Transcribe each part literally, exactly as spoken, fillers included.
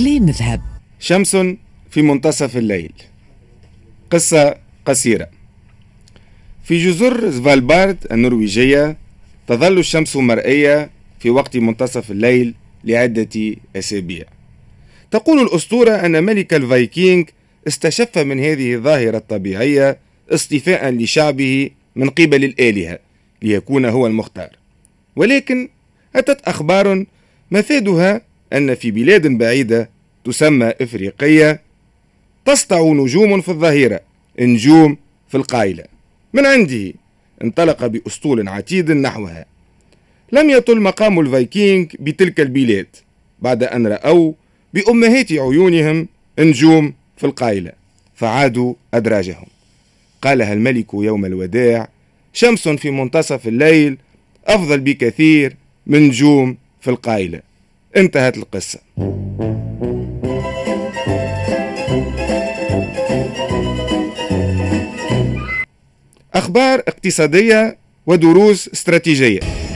كليم ذهب. شمس في منتصف الليل. قصة قصيرة. في جزر سفالبارد النرويجية تظل الشمس مرئية في وقت منتصف الليل لعدة أسابيع. تقول الأسطورة أن ملك الفايكينغ استشف من هذه الظاهرة الطبيعية اصطفاء لشعبه من قبل الآلهة ليكون هو المختار، ولكن أتت أخبار مفادها أن في بلاد بعيدة تسمى إفريقية تسطع نجوم في الظهيرة، نجوم في القايلة. من عنده انطلق بأسطول عتيد نحوها. لم يطل مقام الفايكينغ بتلك البلاد بعد أن رأوا بأمهات عيونهم نجوم في القايلة فعادوا أدراجهم. قالها الملك يوم الوداع: شمس في منتصف الليل أفضل بكثير من نجوم في القايلة. انتهت القصة. أخبار اقتصادية ودروس استراتيجية.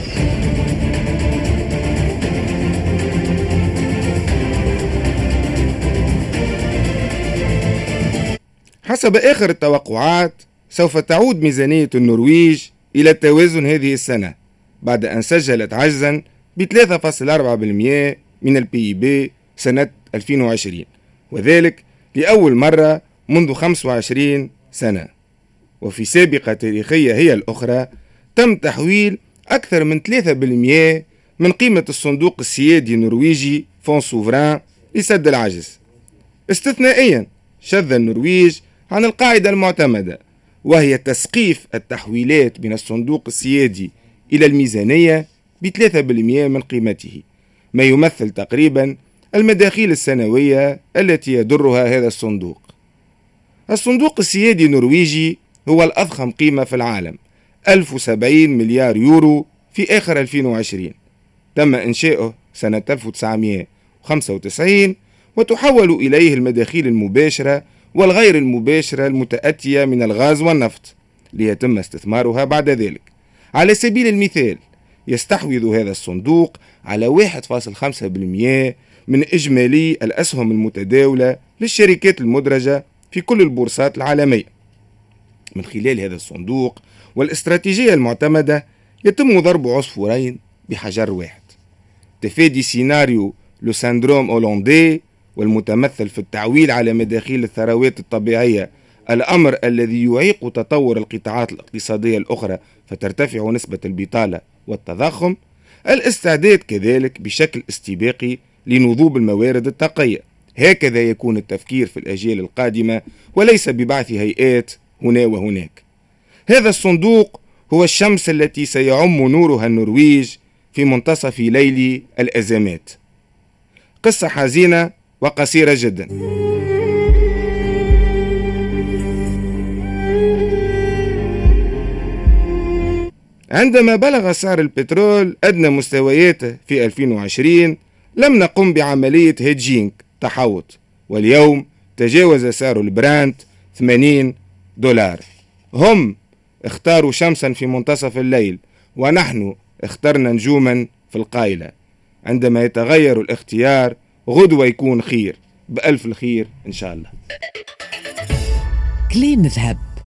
حسب آخر التوقعات سوف تعود ميزانية النرويج إلى التوازن هذه السنة بعد أن سجلت عجزا ب ثلاثة فاصلة أربعة بالمئة من البي بي سنة ألفين وعشرين، وذلك لأول مرة منذ خمس وعشرين سنة. وفي سابقة تاريخية هي الأخرى تم تحويل أكثر من ثلاثة بالمئة من قيمة الصندوق السيادي النرويجي فون سوفران لسد العجز. استثنائيا شذ النرويج عن القاعدة المعتمدة، وهي تسقيف التحويلات من الصندوق السيادي إلى الميزانية بثلاثة بالمئة من قيمته، ما يمثل تقريبا المداخيل السنوية التي يدرها هذا الصندوق. الصندوق السيادي النرويجي هو الأضخم قيمة في العالم، ألف وسبعين مليار يورو في آخر ألفين وعشرين. تم إنشاؤه سنة ألف وتسعمئة وخمسة وتسعين، وتحول إليه المداخيل المباشرة والغير المباشرة المتأتية من الغاز والنفط ليتم استثمارها بعد ذلك. على سبيل المثال يستحوذ هذا الصندوق على واحد فاصلة خمسة بالمئة من إجمالي الأسهم المتداولة للشركات المدرجة في كل البورصات العالمية. من خلال هذا الصندوق والاستراتيجية المعتمدة يتم ضرب عصفورين بحجر واحد: تفادي سيناريو لو سندروم أولندي والمتمثل في التعويل على مداخيل الثروات الطبيعية، الأمر الذي يعيق تطور القطاعات الاقتصادية الأخرى فترتفع نسبة البطالة والتضخم. الاستعداد كذلك بشكل استباقي لنضوب الموارد الطاقية. هكذا يكون التفكير في الأجيال القادمة وليس ببعث هيئات هنا وهناك. هذا الصندوق هو الشمس التي سيعم نورها النرويج في منتصف ليل الأزمات. قصة حزينة وقصيرة جدا. عندما بلغ سعر البترول أدنى مستوياته في ألفين وعشرين لم نقم بعملية هيدجينج تحوط، واليوم تجاوز سعر البراند ثمانين دولار. هم اختاروا شمسا في منتصف الليل، ونحن اخترنا نجوما في القايلة. عندما يتغير الاختيار غدوة يكون خير، بألف الخير إن شاء الله. كليم ذهب.